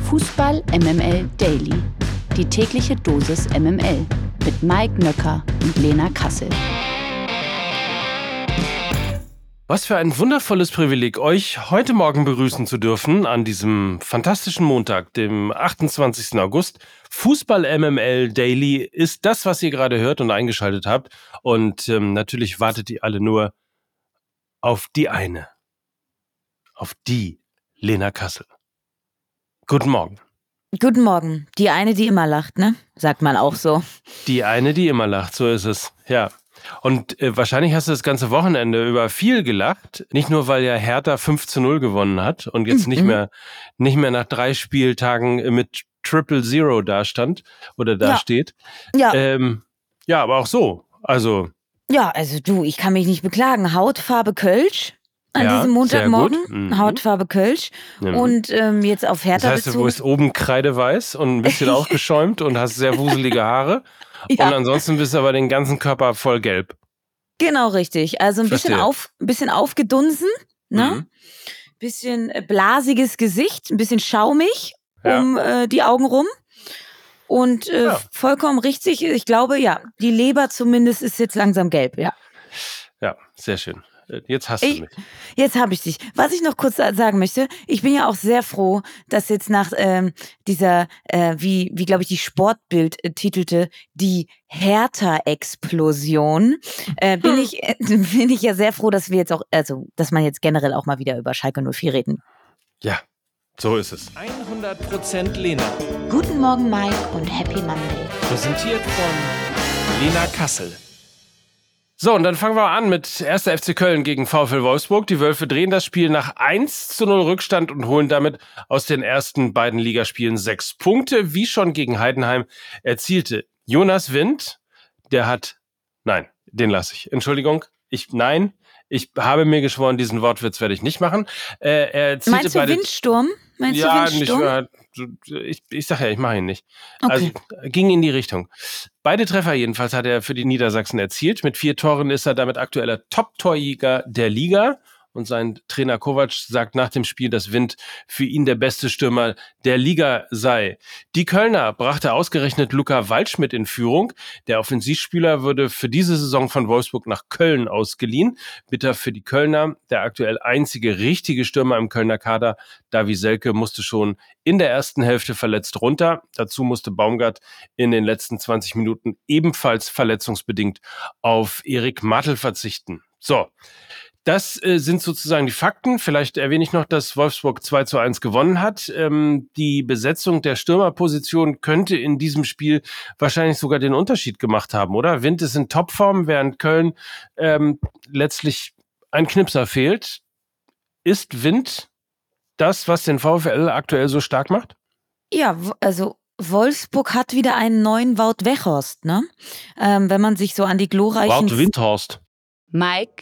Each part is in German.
Fußball MML Daily. Die tägliche Dosis MML mit Mike Nöcker und Lena Kassel. Was für ein wundervolles Privileg, euch heute Morgen begrüßen zu dürfen an diesem fantastischen Montag, dem 28. August. Fußball MML Daily ist das, was ihr gerade hört und eingeschaltet habt. Und natürlich wartet ihr alle nur auf die eine. Auf die Lena Kassel. Guten Morgen. Guten Morgen. Die eine, die immer lacht, ne? Sagt man auch so. Die eine, die immer lacht, so ist es, ja. Und wahrscheinlich hast du das ganze Wochenende über viel gelacht. Nicht nur, weil ja Hertha 5-0 gewonnen hat und jetzt nicht mehr nach 3 Spieltagen mit 000 dasteht. Ja. Ja, aber auch so. Also Du, ich kann mich nicht beklagen. Hautfarbe Kölsch an diesem Montagmorgen. Hautfarbe Kölsch. Und jetzt auf Hertha das heißt, du bist oben kreideweiß und ein bisschen aufgeschäumt und hast sehr wuselige Haare. Ja. Und ansonsten bist du aber den ganzen Körper voll gelb. Genau, richtig. Also ein bisschen aufgedunsen, ne? Bisschen blasiges Gesicht, ein bisschen schaumig um die Augen rum. Und vollkommen richtig. Ich glaube, die Leber zumindest ist jetzt langsam gelb, ja. Ja, sehr schön. Jetzt hast du mich. Jetzt habe ich dich. Was ich noch kurz sagen möchte, ich bin ja auch sehr froh, dass jetzt nach dieser, wie glaube ich, die Sportbild titelte, die Hertha-Explosion, bin ich ja sehr froh, dass wir jetzt auch, also dass man jetzt generell auch mal wieder über Schalke 04 reden. Ja, so ist es. 100% Lena. Guten Morgen, Mike, und Happy Monday. Präsentiert von Lena Kassel. So, und dann fangen wir an mit 1. FC Köln gegen VfL Wolfsburg. Die Wölfe drehen das Spiel nach 1-0 Rückstand und holen damit aus den ersten beiden Ligaspielen 6 Punkte, wie schon gegen Heidenheim erzielte Jonas Wind. Ich habe mir geschworen, diesen Wortwitz werde ich nicht machen. Meinst du Windsturm? Ich sage ja, ich mache ihn nicht. Okay. Also ging in die Richtung. Beide Treffer jedenfalls hat er für die Niedersachsen erzielt. Mit 4 Toren ist er damit aktueller Top-Torjäger der Liga. Und sein Trainer Kovac sagt nach dem Spiel, dass Wind für ihn der beste Stürmer der Liga sei. Die Kölner brachte ausgerechnet Luca Waldschmidt in Führung. Der Offensivspieler wurde für diese Saison von Wolfsburg nach Köln ausgeliehen. Bitter für die Kölner. Der aktuell einzige richtige Stürmer im Kölner Kader, Davy Selke, musste schon in der ersten Hälfte verletzt runter. Dazu musste Baumgart in den letzten 20 Minuten ebenfalls verletzungsbedingt auf Erik Martel verzichten. So. Das sind sozusagen die Fakten. Vielleicht erwähne ich noch, dass Wolfsburg 2-1 gewonnen hat. Die Besetzung der Stürmerposition könnte in diesem Spiel wahrscheinlich sogar den Unterschied gemacht haben, oder? Wind ist in Topform, während Köln letztlich ein Knipser fehlt. Ist Wind das, was den VfL aktuell so stark macht? Ja, also Wolfsburg hat wieder einen neuen Wout Weghorst, ne? Wenn man sich so an die glorreichen... Wout Windhorst. Mike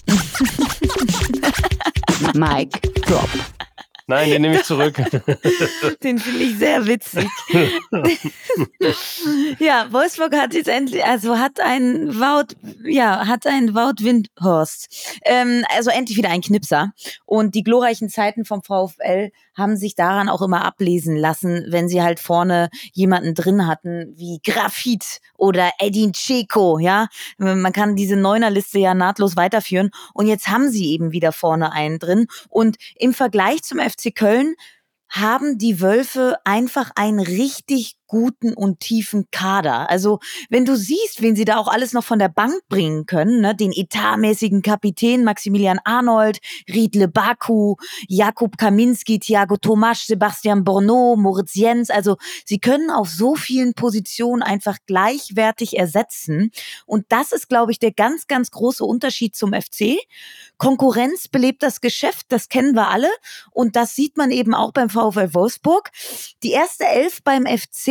Drop. Nein, den nehme ich zurück. Den finde ich sehr witzig. Ja, Wolfsburg hat jetzt endlich, hat einen Wout Windhorst. Also endlich wieder ein Knipser. Und die glorreichen Zeiten vom VfL haben sich daran auch immer ablesen lassen, wenn sie halt vorne jemanden drin hatten, wie Grafit oder Edin Dzeko, ja. Man kann diese Neunerliste ja nahtlos weiterführen. Und jetzt haben sie eben wieder vorne einen drin. Und im Vergleich zum FC Köln haben die Wölfe einfach einen richtig guten und tiefen Kader. Also wenn du siehst, wen sie da auch alles noch von der Bank bringen können, ne, den etatmäßigen Kapitän Maximilian Arnold, Riedle Baku, Jakub Kaminski, Thiago Tomasch, Sebastian Borneau, Moritz Jens, also sie können auf so vielen Positionen einfach gleichwertig ersetzen. Und das ist, glaube ich, der ganz, ganz große Unterschied zum FC. Konkurrenz belebt das Geschäft, das kennen wir alle. Und das sieht man eben auch beim VfL Wolfsburg. Die erste Elf beim FC,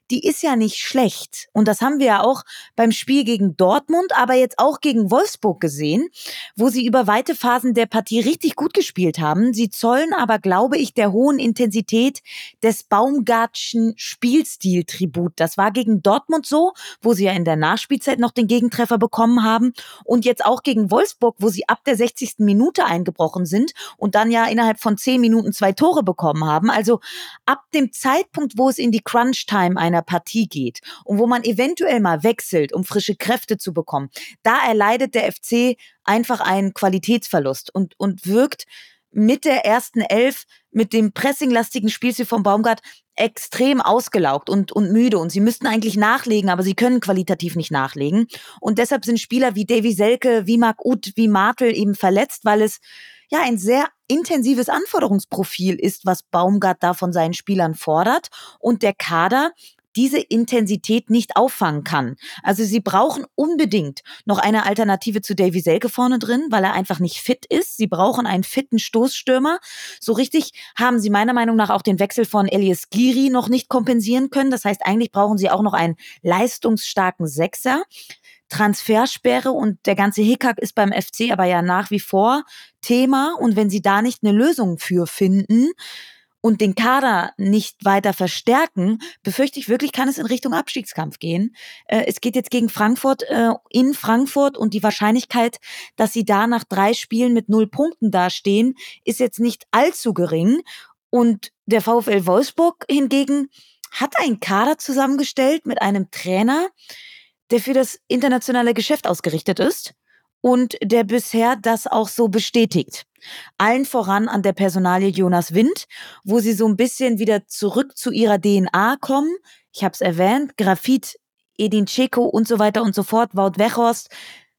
die ist ja nicht schlecht. Und das haben wir ja auch beim Spiel gegen Dortmund, aber jetzt auch gegen Wolfsburg gesehen, wo sie über weite Phasen der Partie richtig gut gespielt haben. Sie zollen aber, glaube ich, der hohen Intensität des Baumgartschen Spielstil Tribut. Das war gegen Dortmund so, wo sie ja in der Nachspielzeit noch den Gegentreffer bekommen haben und jetzt auch gegen Wolfsburg, wo sie ab der 60. Minute eingebrochen sind und dann ja innerhalb von 10 Minuten 2 Tore bekommen haben. Also ab dem Zeitpunkt, wo es in die Crunch-Time einer Partie geht und wo man eventuell mal wechselt, um frische Kräfte zu bekommen, da erleidet der FC einfach einen Qualitätsverlust und wirkt mit der ersten Elf, mit dem pressinglastigen Spielstil von Baumgart extrem ausgelaugt und müde. Und sie müssten eigentlich nachlegen, aber sie können qualitativ nicht nachlegen. Und deshalb sind Spieler wie Davy Selke, wie Marc Uth, wie Martel eben verletzt, weil es ja ein sehr intensives Anforderungsprofil ist, was Baumgart da von seinen Spielern fordert. Und der Kader diese Intensität nicht auffangen kann. Also sie brauchen unbedingt noch eine Alternative zu Davy Selke vorne drin, weil er einfach nicht fit ist. Sie brauchen einen fitten Stoßstürmer. So richtig haben sie meiner Meinung nach auch den Wechsel von Elias Giri noch nicht kompensieren können. Das heißt, eigentlich brauchen sie auch noch einen leistungsstarken Sechser. Transfersperre und der ganze Hickhack ist beim FC aber ja nach wie vor Thema. Und wenn sie da nicht eine Lösung für finden und den Kader nicht weiter verstärken, befürchte ich wirklich, kann es in Richtung Abstiegskampf gehen. Es geht jetzt gegen Frankfurt in Frankfurt und die Wahrscheinlichkeit, dass sie da nach 3 Spielen mit 0 Punkten dastehen, ist jetzt nicht allzu gering. Und der VfL Wolfsburg hingegen hat einen Kader zusammengestellt mit einem Trainer, der für das internationale Geschäft ausgerichtet ist und der bisher das auch so bestätigt. Allen voran an der Personalie Jonas Wind, wo sie so ein bisschen wieder zurück zu ihrer DNA kommen. Ich habe es erwähnt, Grafit, Edin Dzeko und so weiter und so fort, Wout Weghorst.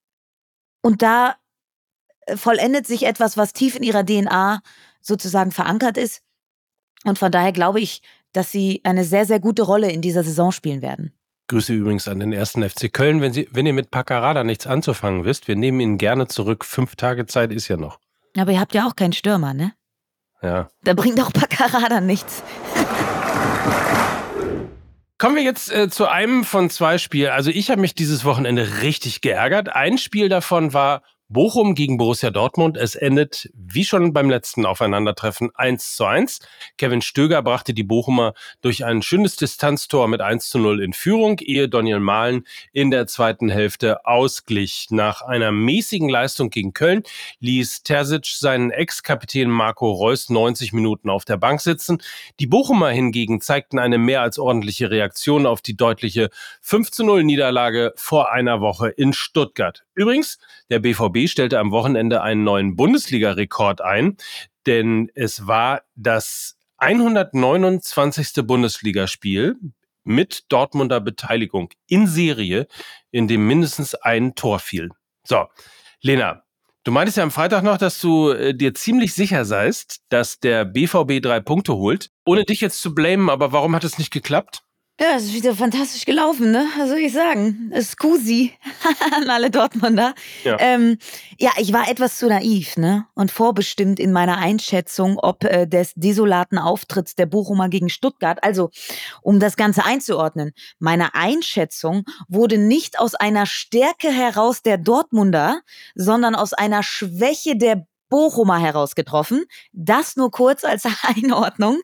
Und da vollendet sich etwas, was tief in ihrer DNA sozusagen verankert ist. Und von daher glaube ich, dass sie eine sehr, sehr gute Rolle in dieser Saison spielen werden. Grüße übrigens an den 1. FC Köln. Wenn ihr mit Paccarada nichts anzufangen wisst, wir nehmen ihn gerne zurück. 5 Tage Zeit ist ja noch. Aber ihr habt ja auch keinen Stürmer, ne? Ja. Da bringt auch Paccarada nichts. Kommen wir jetzt zu einem von 2 Spielen. Also ich habe mich dieses Wochenende richtig geärgert. Ein Spiel davon war Bochum gegen Borussia Dortmund. Es endet, wie schon beim letzten Aufeinandertreffen, 1:1. Kevin Stöger brachte die Bochumer durch ein schönes Distanztor mit 1:0 in Führung, ehe Daniel Mahlen in der zweiten Hälfte ausglich. Nach einer mäßigen Leistung gegen Köln ließ Terzic seinen Ex-Kapitän Marco Reus 90 Minuten auf der Bank sitzen. Die Bochumer hingegen zeigten eine mehr als ordentliche Reaktion auf die deutliche 5:0-Niederlage vor einer Woche in Stuttgart. Übrigens, der BVB stellte am Wochenende einen neuen Bundesliga-Rekord ein, denn es war das 129. Bundesligaspiel mit Dortmunder Beteiligung in Serie, in dem mindestens ein Tor fiel. So, Lena, du meintest ja am Freitag noch, dass du dir ziemlich sicher seist, dass der BVB 3 Punkte holt. Ohne dich jetzt zu blamen, aber warum hat es nicht geklappt? Ja, es ist wieder fantastisch gelaufen, ne? Was soll ich sagen? Scusi an alle Dortmunder. Ja. Ja, ich war etwas zu naiv, ne? Und vorbestimmt in meiner Einschätzung, ob des desolaten Auftritts der Bochumer gegen Stuttgart. Also, um das Ganze einzuordnen, meine Einschätzung wurde nicht aus einer Stärke heraus der Dortmunder, sondern aus einer Schwäche der Bochumer heraus getroffen. Das nur kurz als Einordnung.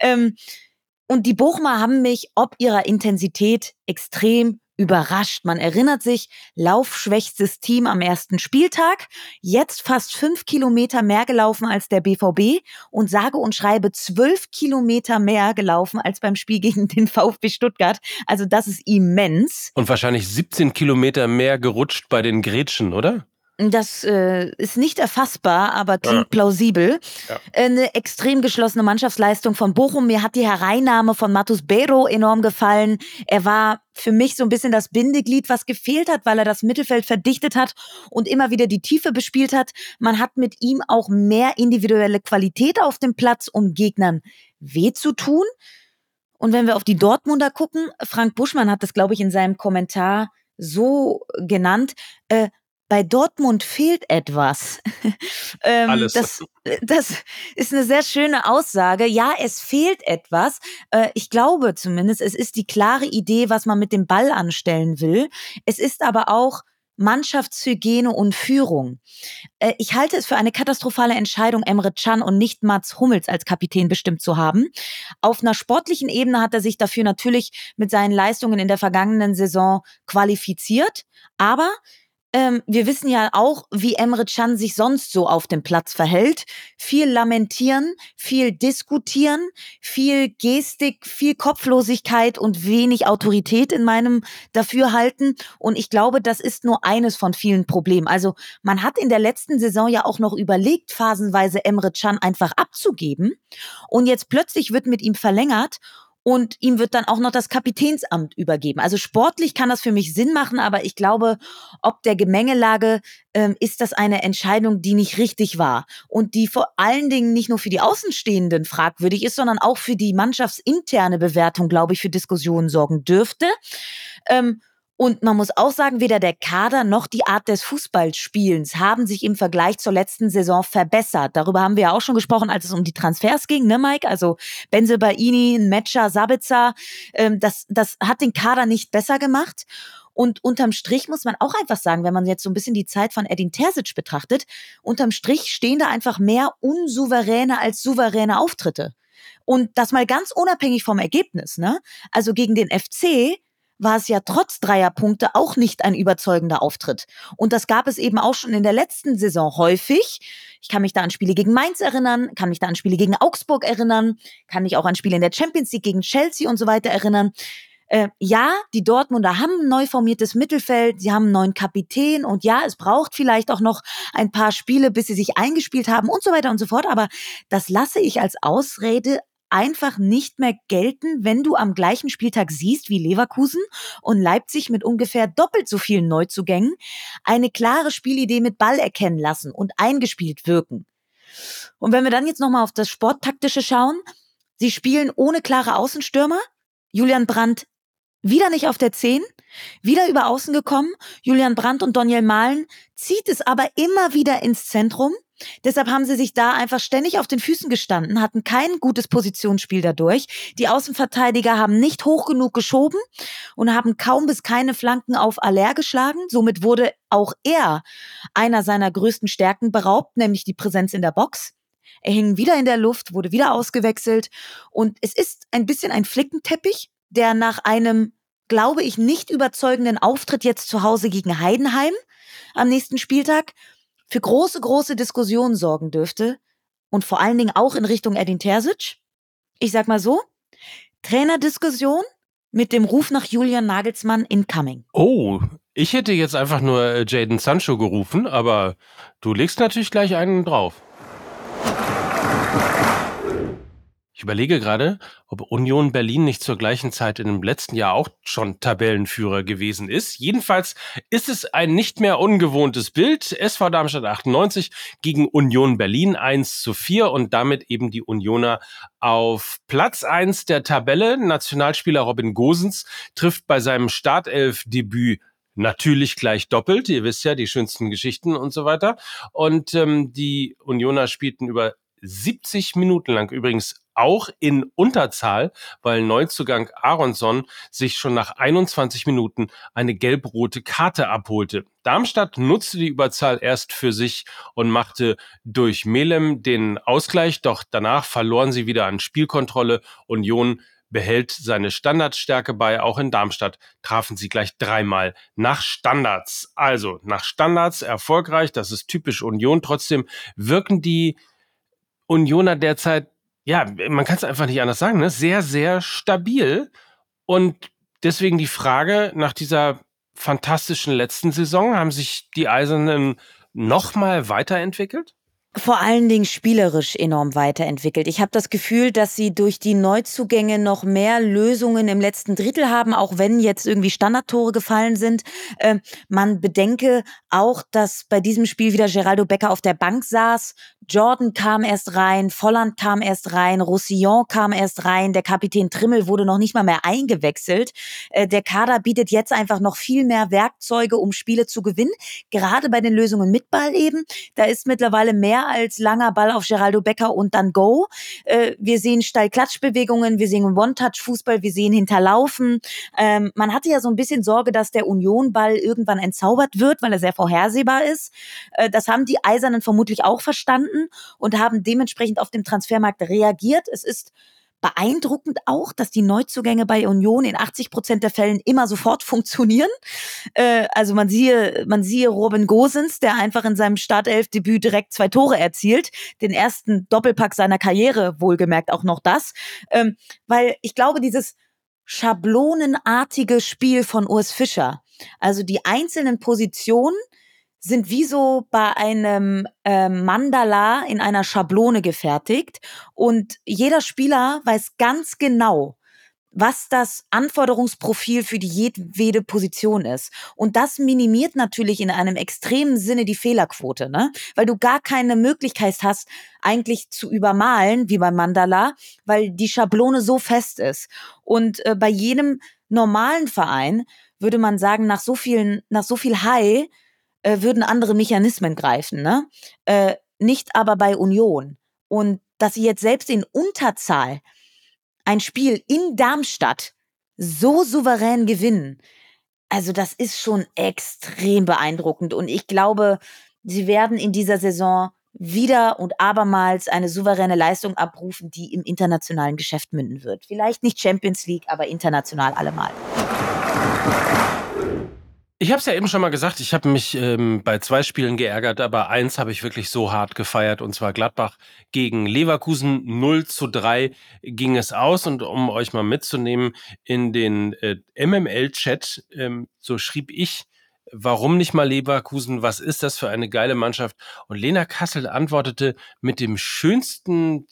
Und die Bochumer haben mich ob ihrer Intensität extrem überrascht. Man erinnert sich, laufschwächstes Team am ersten Spieltag, jetzt fast 5 Kilometer mehr gelaufen als der BVB und sage und schreibe 12 Kilometer mehr gelaufen als beim Spiel gegen den VfB Stuttgart. Also das ist immens. Und wahrscheinlich 17 Kilometer mehr gerutscht bei den Gretchen, oder? Das ist nicht erfassbar, aber klingt plausibel. Ja. Eine extrem geschlossene Mannschaftsleistung von Bochum. Mir hat die Hereinnahme von Matus Bero enorm gefallen. Er war für mich so ein bisschen das Bindeglied, was gefehlt hat, weil er das Mittelfeld verdichtet hat und immer wieder die Tiefe bespielt hat. Man hat mit ihm auch mehr individuelle Qualität auf dem Platz, um Gegnern weh zu tun. Und wenn wir auf die Dortmunder gucken, Frank Buschmann hat das, glaube ich, in seinem Kommentar so genannt, bei Dortmund fehlt etwas. Alles. Das ist eine sehr schöne Aussage. Ja, es fehlt etwas. Ich glaube zumindest, es ist die klare Idee, was man mit dem Ball anstellen will. Es ist aber auch Mannschaftshygiene und Führung. Ich halte es für eine katastrophale Entscheidung, Emre Can und nicht Mats Hummels als Kapitän bestimmt zu haben. Auf einer sportlichen Ebene hat er sich dafür natürlich mit seinen Leistungen in der vergangenen Saison qualifiziert. Aber wir wissen ja auch, wie Emre Can sich sonst so auf dem Platz verhält. Viel lamentieren, viel diskutieren, viel Gestik, viel Kopflosigkeit und wenig Autorität in meinem Dafürhalten. Und ich glaube, das ist nur eines von vielen Problemen. Also man hat in der letzten Saison ja auch noch überlegt, phasenweise Emre Can einfach abzugeben. Und jetzt plötzlich wird mit ihm verlängert. Und ihm wird dann auch noch das Kapitänsamt übergeben. Also sportlich kann das für mich Sinn machen, aber ich glaube, ob der Gemengelage ist das eine Entscheidung, die nicht richtig war. Und die vor allen Dingen nicht nur für die Außenstehenden fragwürdig ist, sondern auch für die mannschaftsinterne Bewertung, glaube ich, für Diskussionen sorgen dürfte. Und man muss auch sagen, weder der Kader noch die Art des Fußballspielens haben sich im Vergleich zur letzten Saison verbessert. Darüber haben wir ja auch schon gesprochen, als es um die Transfers ging, ne, Mike? Also Bensebaini, Metscher, Sabitzer, das hat den Kader nicht besser gemacht. Und unterm Strich muss man auch einfach sagen, wenn man jetzt so ein bisschen die Zeit von Edin Terzic betrachtet, unterm Strich stehen da einfach mehr unsouveräne als souveräne Auftritte. Und das mal ganz unabhängig vom Ergebnis, ne? Also gegen den FC war es ja trotz Dreierpunkte auch nicht ein überzeugender Auftritt. Und das gab es eben auch schon in der letzten Saison häufig. Ich kann mich da an Spiele gegen Mainz erinnern, kann mich da an Spiele gegen Augsburg erinnern, kann mich auch an Spiele in der Champions League gegen Chelsea und so weiter erinnern. Ja, die Dortmunder haben ein neu formiertes Mittelfeld, sie haben einen neuen Kapitän und ja, es braucht vielleicht auch noch ein paar Spiele, bis sie sich eingespielt haben und so weiter und so fort. Aber das lasse ich als Ausrede einfach nicht mehr gelten, wenn du am gleichen Spieltag siehst, wie Leverkusen und Leipzig mit ungefähr doppelt so vielen Neuzugängen eine klare Spielidee mit Ball erkennen lassen und eingespielt wirken. Und wenn wir dann jetzt nochmal auf das Sporttaktische schauen, sie spielen ohne klare Außenstürmer. Julian Brandt wieder nicht auf der 10, wieder über Außen gekommen. Julian Brandt und Daniel Mahlen zieht es aber immer wieder ins Zentrum. Deshalb haben sie sich da einfach ständig auf den Füßen gestanden, hatten kein gutes Positionsspiel dadurch. Die Außenverteidiger haben nicht hoch genug geschoben und haben kaum bis keine Flanken auf Aller geschlagen. Somit wurde auch er einer seiner größten Stärken beraubt, nämlich die Präsenz in der Box. Er hing wieder in der Luft, wurde wieder ausgewechselt und es ist ein bisschen ein Flickenteppich, der nach einem, glaube ich, nicht überzeugenden Auftritt jetzt zu Hause gegen Heidenheim am nächsten Spieltag für große, große Diskussionen sorgen dürfte und vor allen Dingen auch in Richtung Edin Terzic. Ich sag mal so, Trainerdiskussion mit dem Ruf nach Julian Nagelsmann incoming. Oh, ich hätte jetzt einfach nur Jadon Sancho gerufen, aber du legst natürlich gleich einen drauf. Ich überlege gerade, ob Union Berlin nicht zur gleichen Zeit im letzten Jahr auch schon Tabellenführer gewesen ist. Jedenfalls ist es ein nicht mehr ungewohntes Bild. SV Darmstadt 98 gegen Union Berlin 1:4 und damit eben die Unioner auf Platz 1 der Tabelle. Nationalspieler Robin Gosens trifft bei seinem Startelf-Debüt natürlich gleich doppelt. Ihr wisst ja, die schönsten Geschichten und so weiter. Und die Unioner spielten über 70 Minuten lang, übrigens auch in Unterzahl, weil Neuzugang Aronson sich schon nach 21 Minuten eine gelb-rote Karte abholte. Darmstadt nutzte die Überzahl erst für sich und machte durch Melem den Ausgleich, doch danach verloren sie wieder an Spielkontrolle. Union behält seine Standardstärke bei. Auch in Darmstadt trafen sie gleich 3-mal nach Standards. Also nach Standards erfolgreich, das ist typisch Union. Trotzdem wirken die Unioner derzeit, ja, man kann es einfach nicht anders sagen, ne? Sehr, sehr stabil. Und deswegen die Frage nach dieser fantastischen letzten Saison, haben sich die Eisernen nochmal weiterentwickelt? Vor allen Dingen spielerisch enorm weiterentwickelt. Ich habe das Gefühl, dass sie durch die Neuzugänge noch mehr Lösungen im letzten Drittel haben, auch wenn jetzt irgendwie Standardtore gefallen sind. Man bedenke auch, dass bei diesem Spiel wieder Geraldo Becker auf der Bank saß. Jordan kam erst rein, Volland kam erst rein, Roussillon kam erst rein, der Kapitän Trimmel wurde noch nicht mal mehr eingewechselt. Der Kader bietet jetzt einfach noch viel mehr Werkzeuge, um Spiele zu gewinnen. Gerade bei den Lösungen mit Ball eben. Da ist mittlerweile mehr als langer Ball auf Geraldo Becker und dann Go. Wir sehen Steil-Klatsch-Bewegungen, wir sehen One-Touch-Fußball, wir sehen Hinterlaufen. Man hatte ja so ein bisschen Sorge, dass der Union-Ball irgendwann entzaubert wird, weil er sehr vorhersehbar ist. Das haben die Eisernen vermutlich auch verstanden und haben dementsprechend auf dem Transfermarkt reagiert. Es ist beeindruckend auch, dass die Neuzugänge bei Union in 80% der Fällen immer sofort funktionieren. Also man siehe Robin Gosens, der einfach in seinem Startelfdebüt direkt 2 Tore erzielt. Den ersten Doppelpack seiner Karriere, wohlgemerkt auch noch das. Weil ich glaube, dieses schablonenartige Spiel von Urs Fischer, also die einzelnen Positionen sind wie so bei einem Mandala in einer Schablone gefertigt und jeder Spieler weiß ganz genau, was das Anforderungsprofil für die jedwede Position ist. Und das minimiert natürlich in einem extremen Sinne die Fehlerquote, ne? Weil du gar keine Möglichkeit hast, eigentlich zu übermalen, wie beim Mandala, weil die Schablone so fest ist. Und bei jedem normalen Verein würde man sagen, nach so viel High würden andere Mechanismen greifen, ne? Nicht aber bei Union. Und dass sie jetzt selbst in Unterzahl ein Spiel in Darmstadt so souverän gewinnen, also das ist schon extrem beeindruckend. Und ich glaube, sie werden in dieser Saison wieder und abermals eine souveräne Leistung abrufen, die im internationalen Geschäft münden wird. Vielleicht nicht Champions League, aber international allemal. Ich habe es ja eben schon mal gesagt, ich habe mich bei 2 Spielen geärgert, aber eins habe ich wirklich so hart gefeiert, und zwar Gladbach gegen Leverkusen. 0:3 ging es aus, und um euch mal mitzunehmen in den MML-Chat, so schrieb ich: Warum nicht mal Leverkusen? Was ist das für eine geile Mannschaft? Und Lena Kassel antwortete mit dem schönsten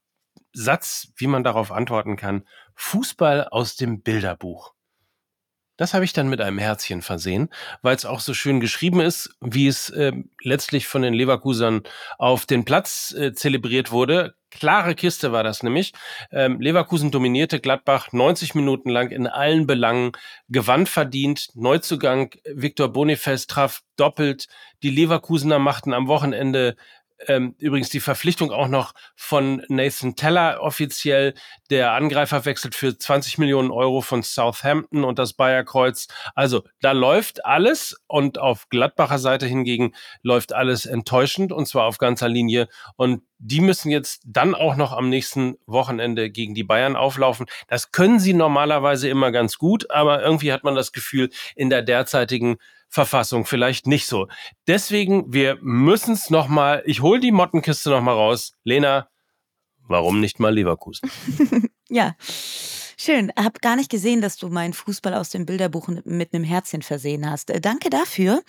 Satz, wie man darauf antworten kann: Fußball aus dem Bilderbuch. Das habe ich dann mit einem Herzchen versehen, weil es auch so schön geschrieben ist, wie es letztlich von den Leverkusern auf den Platz zelebriert wurde. Klare Kiste war das nämlich. Leverkusen dominierte Gladbach 90 Minuten lang in allen Belangen, gewann verdient. Neuzugang Victor Boniface traf doppelt. Die Leverkusener machten am Wochenende übrigens die Verpflichtung auch noch von Nathan Teller offiziell. Der Angreifer wechselt für 20 Millionen Euro von Southampton und das Bayer-Kreuz. Also da läuft alles, und auf Gladbacher Seite hingegen läuft alles enttäuschend, und zwar auf ganzer Linie. Und die müssen jetzt dann auch noch am nächsten Wochenende gegen die Bayern auflaufen. Das können sie normalerweise immer ganz gut, aber irgendwie hat man das Gefühl, in der derzeitigen Verfassung vielleicht nicht so. Deswegen, wir müssen es nochmal, ich hole die Mottenkiste nochmal raus. Lena, warum nicht mal Leverkusen? Ja, schön. Hab gar nicht gesehen, dass du meinen Fußball aus dem Bilderbuch mit einem Herzchen versehen hast. Danke dafür.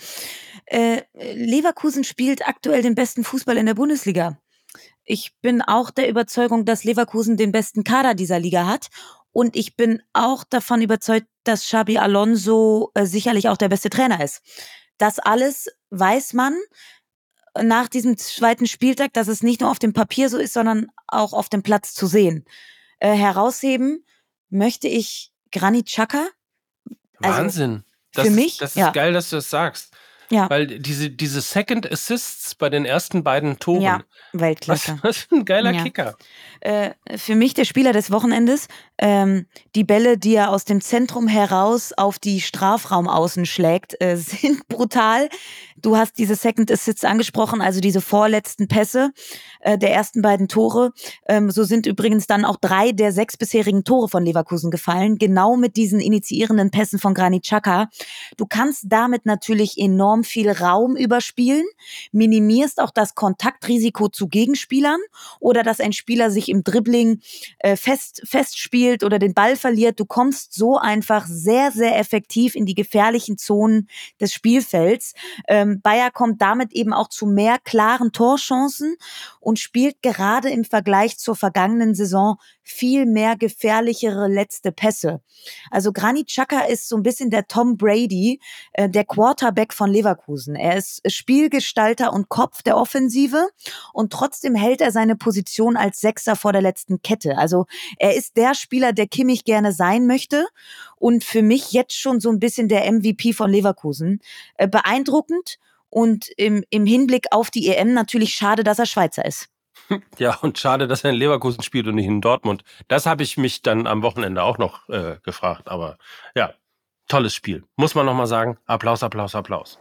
Leverkusen spielt aktuell den besten Fußball in der Bundesliga. Ich bin auch der Überzeugung, dass Leverkusen den besten Kader dieser Liga hat. Und ich bin auch davon überzeugt, dass Xabi Alonso sicherlich auch der beste Trainer ist. Das alles weiß man nach diesem 2. Spieltag, dass es nicht nur auf dem Papier so ist, sondern auch auf dem Platz zu sehen. Herausheben möchte ich Granit Xhaka. Also Wahnsinn. für mich, Das ist ja. geil, dass du das sagst. Ja. Weil diese Second Assists bei den ersten beiden Toren. Ja, Weltklasse. Was für ein geiler Ja. Kicker. Für mich der Spieler des Wochenendes. Die Bälle, die er aus dem Zentrum heraus auf die Strafraumaußen schlägt, sind brutal. Du hast diese Second Assists angesprochen, also diese vorletzten Pässe der ersten beiden Tore. So sind übrigens dann auch 3 der 6 bisherigen Tore von Leverkusen gefallen, genau mit diesen initiierenden Pässen von Granit Xhaka. Du kannst damit natürlich enorm viel Raum überspielen, minimierst auch das Kontaktrisiko zu Gegenspielern oder dass ein Spieler sich im Dribbling festspielt spielt oder den Ball verliert. Du kommst so einfach sehr, sehr effektiv in die gefährlichen Zonen des Spielfelds. Bayer kommt damit eben auch zu mehr klaren Torchancen und spielt gerade im Vergleich zur vergangenen Saison viel mehr gefährlichere letzte Pässe. Also Granit Xhaka ist so ein bisschen der Tom Brady, der Quarterback von Leverkusen. Er ist Spielgestalter und Kopf der Offensive und trotzdem hält er seine Position als Sechser vor der letzten Kette. Also er ist der Spieler, der Kimmich gerne sein möchte und für mich jetzt schon so ein bisschen der MVP von Leverkusen. Beeindruckend und im Hinblick auf die EM natürlich schade, dass er Schweizer ist. Ja, und schade, dass er in Leverkusen spielt und nicht in Dortmund. Das habe ich mich dann am Wochenende auch noch gefragt. Aber ja, tolles Spiel. Muss man nochmal sagen. Applaus, Applaus, Applaus.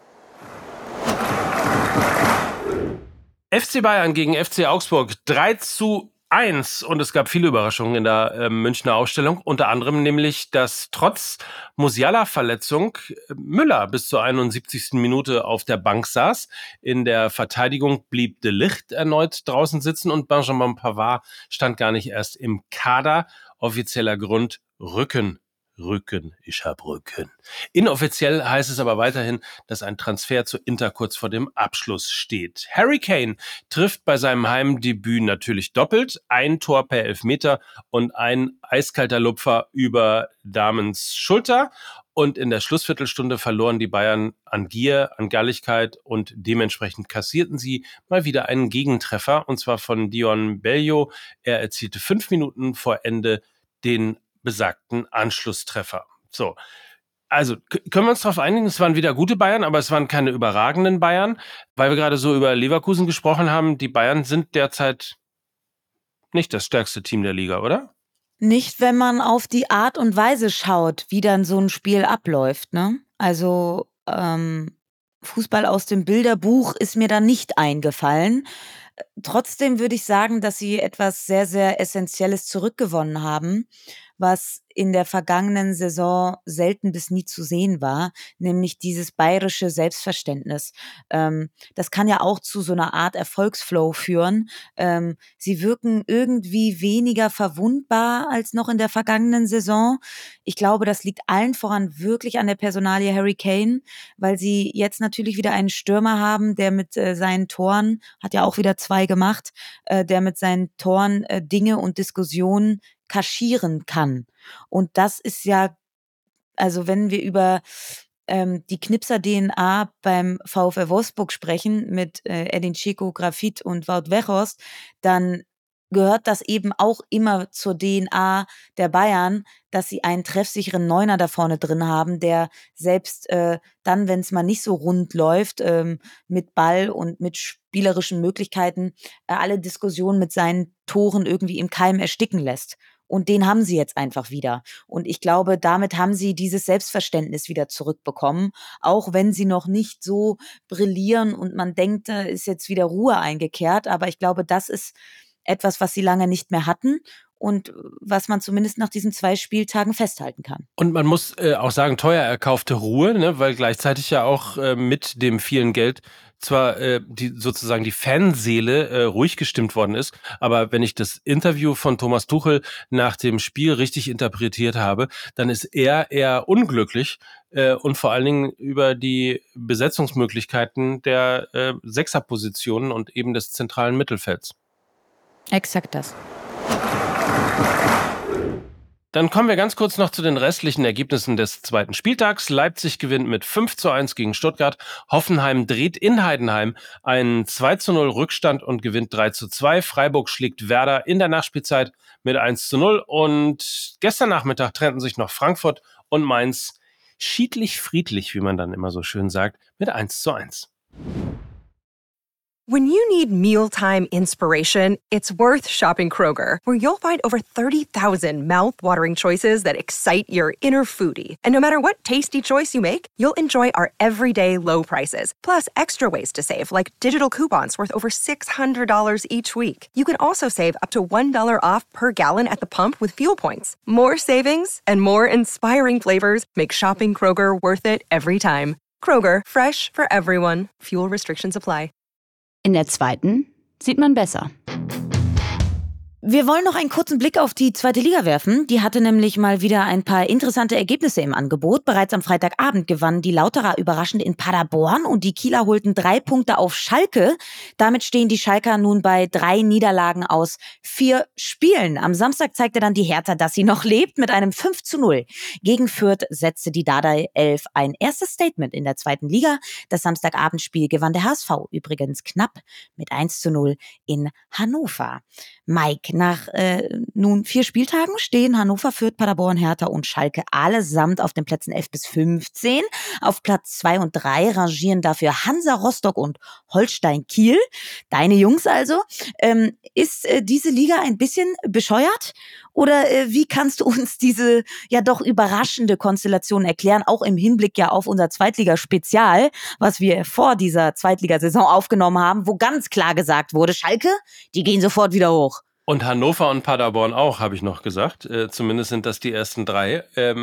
FC Bayern gegen FC Augsburg 3:1 und es gab viele Überraschungen in der Münchner Ausstellung, unter anderem nämlich, dass trotz Musiala-Verletzung Müller bis zur 71. Minute auf der Bank saß. In der Verteidigung blieb De Ligt erneut draußen sitzen und Benjamin Pavard stand gar nicht erst im Kader. Offizieller Grund Rücken. Ich hab Rücken. Inoffiziell heißt es aber weiterhin, dass ein Transfer zu Inter kurz vor dem Abschluss steht. Harry Kane trifft bei seinem Heimdebüt natürlich doppelt. Ein Tor per Elfmeter und ein eiskalter Lupfer über Damens Schulter. Und in der Schlussviertelstunde verloren die Bayern an Gier, an Galligkeit und dementsprechend kassierten sie mal wieder einen Gegentreffer. Und zwar von Dion Bello. Er erzielte 5 Minuten vor Ende den besagten Anschlusstreffer. So, also können wir uns darauf einigen, es waren wieder gute Bayern, aber es waren keine überragenden Bayern, weil wir gerade so über Leverkusen gesprochen haben. Die Bayern sind derzeit nicht das stärkste Team der Liga, oder? Nicht, wenn man auf die Art und Weise schaut, wie dann so ein Spiel abläuft, ne? Also Fußball aus dem Bilderbuch ist mir da nicht eingefallen. Trotzdem würde ich sagen, dass sie etwas sehr, sehr Essentielles zurückgewonnen haben, was in der vergangenen Saison selten bis nie zu sehen war, nämlich dieses bayerische Selbstverständnis. Das kann ja auch zu so einer Art Erfolgsflow führen. Sie wirken irgendwie weniger verwundbar als noch in der vergangenen Saison. Ich glaube, das liegt allen voran wirklich an der Personalie Harry Kane, weil sie jetzt natürlich wieder einen Stürmer haben, der mit seinen Toren, hat ja auch wieder 2 gemacht, der mit seinen Toren Dinge und Diskussionen kaschieren kann. Und das ist ja, also wenn wir über die Knipser-DNA beim VfL Wolfsburg sprechen mit Edin Dzeko, Grafit und Wout Weghorst, dann gehört das eben auch immer zur DNA der Bayern, dass sie einen treffsicheren Neuner da vorne drin haben, der selbst dann, wenn es mal nicht so rund läuft, mit Ball und mit spielerischen Möglichkeiten alle Diskussionen mit seinen Toren irgendwie im Keim ersticken lässt. Und den haben sie jetzt einfach wieder. Und ich glaube, damit haben sie dieses Selbstverständnis wieder zurückbekommen, auch wenn sie noch nicht so brillieren und man denkt, da ist jetzt wieder Ruhe eingekehrt. Aber ich glaube, das ist etwas, was sie lange nicht mehr hatten und was man zumindest nach diesen 2 Spieltagen festhalten kann. Und man muss auch sagen, teuer erkaufte Ruhe, ne, weil gleichzeitig ja auch mit dem vielen Geld zwar sozusagen die Fanseele ruhig gestimmt worden ist, aber wenn ich das Interview von Thomas Tuchel nach dem Spiel richtig interpretiert habe, dann ist er eher unglücklich und vor allen Dingen über die Besetzungsmöglichkeiten der Sechserpositionen und eben des zentralen Mittelfelds. Exakt das. Dann kommen wir ganz kurz noch zu den restlichen Ergebnissen des zweiten Spieltags. Leipzig gewinnt mit 5:1 gegen Stuttgart. Hoffenheim dreht in Heidenheim einen 2:0 Rückstand und gewinnt 3:2. Freiburg schlägt Werder in der Nachspielzeit mit 1:0. Und gestern Nachmittag trennten sich noch Frankfurt und Mainz schiedlich-friedlich, wie man dann immer so schön sagt, mit 1:1. When you need mealtime inspiration, it's worth shopping Kroger, where you'll find over 30,000 mouth-watering choices that excite your inner foodie. And no matter what tasty choice you make, you'll enjoy our everyday low prices, plus extra ways to save, like digital coupons worth over $600 each week. You can also save up to $1 off per gallon at the pump with fuel points. More savings and more inspiring flavors make shopping Kroger worth it every time. Kroger, fresh for everyone. Fuel restrictions apply. In der zweiten sieht man besser. Wir wollen noch einen kurzen Blick auf die zweite Liga werfen. Die hatte nämlich mal wieder ein paar interessante Ergebnisse im Angebot. Bereits am Freitagabend gewannen die Lauterer überraschend in Paderborn und die Kieler holten 3 Punkte auf Schalke. Damit stehen die Schalker nun bei 3 Niederlagen aus 4 Spielen. Am Samstag zeigte dann die Hertha, dass sie noch lebt. Mit einem 5:0 gegen Fürth setzte die Dardai 11 ein erstes Statement in der zweiten Liga. Das Samstagabendspiel gewann der HSV übrigens knapp mit 1:0 in Hannover. Mike, nach nun 4 Spieltagen stehen Hannover, Fürth, Paderborn, Hertha und Schalke allesamt auf den Plätzen 11 bis 15. Auf Platz 2 und 3 rangieren dafür Hansa Rostock und Holstein Kiel. Deine Jungs also. Ist diese Liga ein bisschen bescheuert? Oder wie kannst du uns diese ja doch überraschende Konstellation erklären, auch im Hinblick ja auf unser Zweitligaspezial, was wir vor dieser Zweitligasaison aufgenommen haben, wo ganz klar gesagt wurde, Schalke, die gehen sofort wieder hoch. Und Hannover und Paderborn auch, habe ich noch gesagt. Zumindest sind das die ersten 3.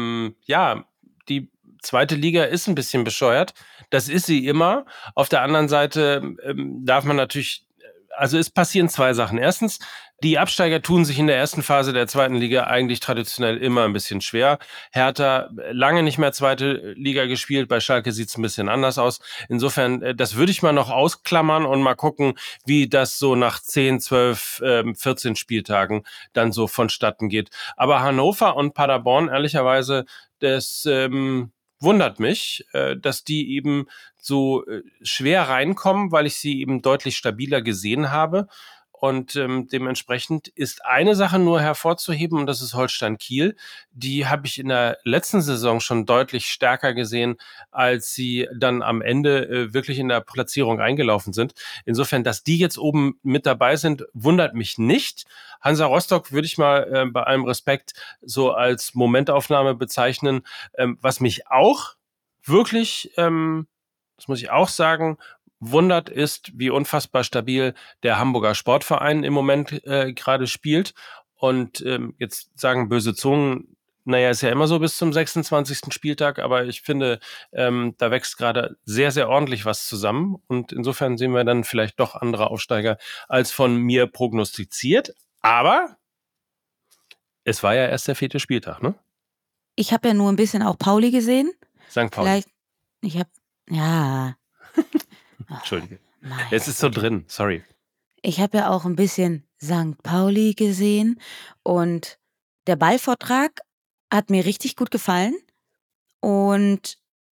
Die zweite Liga ist ein bisschen bescheuert. Das ist sie immer. Auf der anderen Seite darf man natürlich, also es passieren 2 Sachen. Erstens, die Absteiger tun sich in der ersten Phase der zweiten Liga eigentlich traditionell immer ein bisschen schwer. Hertha lange nicht mehr zweite Liga gespielt, bei Schalke sieht es ein bisschen anders aus. Insofern, das würde ich mal noch ausklammern und mal gucken, wie das so nach 10, 12, 14 Spieltagen dann so vonstatten geht. Aber Hannover und Paderborn, ehrlicherweise, das wundert mich, dass die eben so schwer reinkommen, weil ich sie eben deutlich stabiler gesehen habe. Und dementsprechend ist eine Sache nur hervorzuheben, und das ist Holstein Kiel. Die habe ich in der letzten Saison schon deutlich stärker gesehen, als sie dann am Ende wirklich in der Platzierung eingelaufen sind. Insofern, dass die jetzt oben mit dabei sind, wundert mich nicht. Hansa Rostock würde ich mal bei allem Respekt so als Momentaufnahme bezeichnen. Was mich auch wirklich, das muss ich auch sagen, wundert ist, wie unfassbar stabil der Hamburger Sportverein im Moment gerade spielt. Und jetzt sagen böse Zungen, naja, ist ja immer so bis zum 26. Spieltag, aber ich finde, da wächst gerade sehr, sehr ordentlich was zusammen. Und insofern sehen wir dann vielleicht doch andere Aufsteiger als von mir prognostiziert. Aber es war ja erst der 4. Spieltag, ne? Ich habe ja nur ein bisschen auch Pauli gesehen. St. Pauli. Ja. Entschuldige. Es ist so drin, sorry. Ich habe ja auch ein bisschen St. Pauli gesehen und der Ballvortrag hat mir richtig gut gefallen und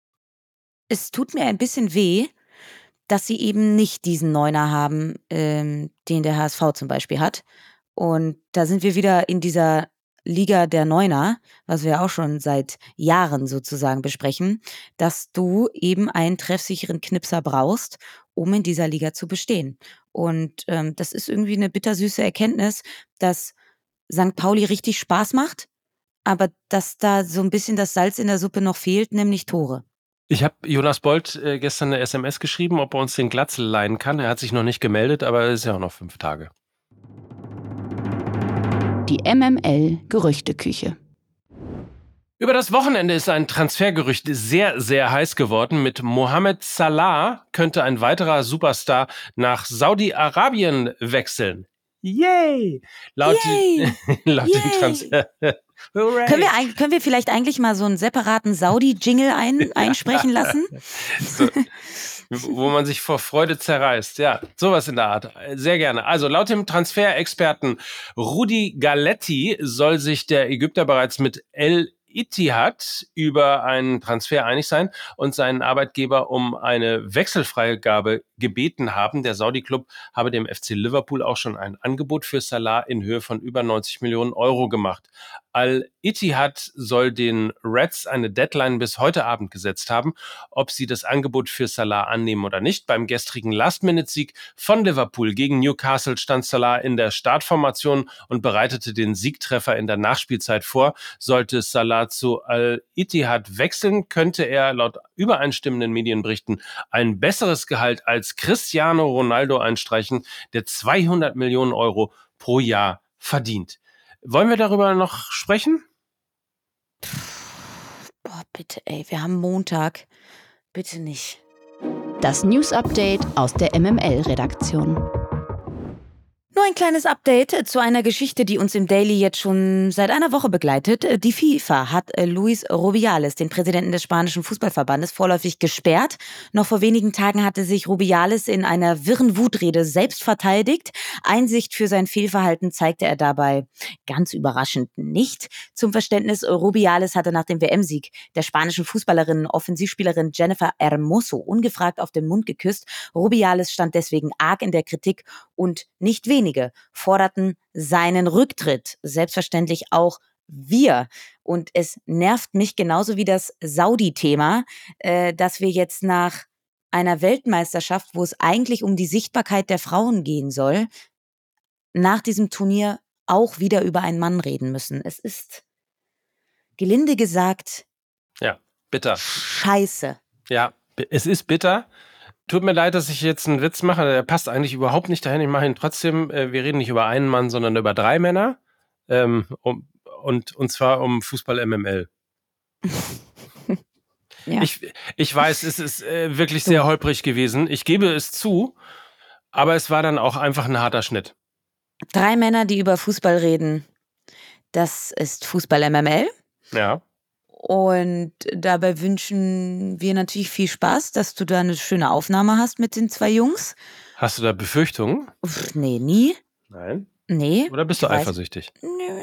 es tut mir ein bisschen weh, dass sie eben nicht diesen Neuner haben, den der HSV zum Beispiel hat. Und da sind wir wieder in dieser Liga der Neuner, was wir auch schon seit Jahren sozusagen besprechen, dass du eben einen treffsicheren Knipser brauchst, um in dieser Liga zu bestehen. Und das ist irgendwie eine bittersüße Erkenntnis, dass St. Pauli richtig Spaß macht, aber dass da so ein bisschen das Salz in der Suppe noch fehlt, nämlich Tore. Ich habe Jonas Bolt gestern eine SMS geschrieben, ob er uns den Glatzel leihen kann. Er hat sich noch nicht gemeldet, aber es ist ja auch noch 5 Tage. Die MML-Gerüchteküche. Über das Wochenende ist ein Transfergerücht sehr, sehr heiß geworden. Mit Mohamed Salah könnte ein weiterer Superstar nach Saudi-Arabien wechseln. Yay! Laut dem Transfer. Können wir vielleicht eigentlich mal so einen separaten Saudi-Jingle einsprechen lassen? So, wo man sich vor Freude zerreißt. Ja, sowas in der Art. Sehr gerne. Also laut dem Transferexperten Rudi Galletti soll sich der Ägypter bereits mit Al-Ittihad über einen Transfer einig sein und seinen Arbeitgeber um eine Wechselfreigabe gebeten haben. Der Saudi-Club habe dem FC Liverpool auch schon ein Angebot für Salah in Höhe von über 90 Millionen Euro gemacht. Al-Ittihad soll den Reds eine Deadline bis heute Abend gesetzt haben, ob sie das Angebot für Salah annehmen oder nicht. Beim gestrigen Last-Minute-Sieg von Liverpool gegen Newcastle stand Salah in der Startformation und bereitete den Siegtreffer in der Nachspielzeit vor. Sollte Salah zu Al-Ittihad wechseln, könnte er laut übereinstimmenden Medienberichten ein besseres Gehalt als Cristiano Ronaldo einstreichen, der 200 Millionen Euro pro Jahr verdient. Wollen wir darüber noch sprechen? Boah, bitte, ey, wir haben Montag. Bitte nicht. Das News-Update aus der MML-Redaktion. Nur ein kleines Update zu einer Geschichte, die uns im Daily jetzt schon seit einer Woche begleitet. Die FIFA hat Luis Rubiales, den Präsidenten des spanischen Fußballverbandes, vorläufig gesperrt. Noch vor wenigen Tagen hatte sich Rubiales in einer wirren Wutrede selbst verteidigt. Einsicht für sein Fehlverhalten zeigte er dabei ganz überraschend nicht. Zum Verständnis, Rubiales hatte nach dem WM-Sieg der spanischen Fußballerin, Offensivspielerin Jennifer Hermoso ungefragt auf den Mund geküsst. Rubiales stand deswegen arg in der Kritik und nicht wenige forderten seinen Rücktritt. Selbstverständlich auch wir. Und es nervt mich genauso wie das Saudi-Thema, dass wir jetzt nach einer Weltmeisterschaft, wo es eigentlich um die Sichtbarkeit der Frauen gehen soll, nach diesem Turnier auch wieder über einen Mann reden müssen. Es ist, gelinde gesagt, bitter. Scheiße. Ja, es ist bitter. Tut mir leid, dass ich jetzt einen Witz mache, der passt eigentlich überhaupt nicht dahin. Ich mache ihn trotzdem. Wir reden nicht über einen Mann, sondern über 3 Männer. Und zwar um Fußball MML. Ja. Ich weiß, es ist wirklich sehr holprig gewesen. Ich gebe es zu, aber es war dann auch einfach ein harter Schnitt. 3 Männer, die über Fußball reden. Das ist Fußball MML. Ja. Und dabei wünschen wir natürlich viel Spaß, dass du da eine schöne Aufnahme hast mit den 2 Jungs. Hast du da Befürchtungen? Nee, nie. Nein. Nee. Oder bist du eifersüchtig?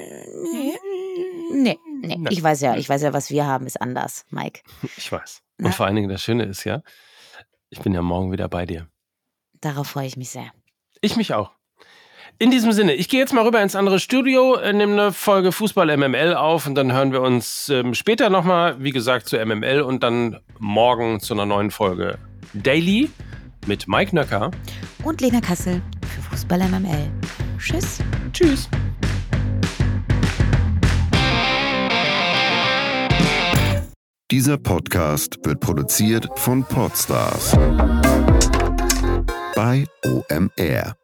Nee. Ich weiß ja, was wir haben, ist anders, Mike. Ich weiß. Und vor allen Dingen das Schöne ist ja, ich bin ja morgen wieder bei dir. Darauf freue ich mich sehr. Ich mich auch. In diesem Sinne, ich gehe jetzt mal rüber ins andere Studio, nehme eine Folge Fußball MML auf und dann hören wir uns später nochmal, wie gesagt, zu MML und dann morgen zu einer neuen Folge Daily mit Mike Nöcker und Lena Kassel für Fußball MML. Tschüss. Tschüss. Dieser Podcast wird produziert von Podstars bei OMR.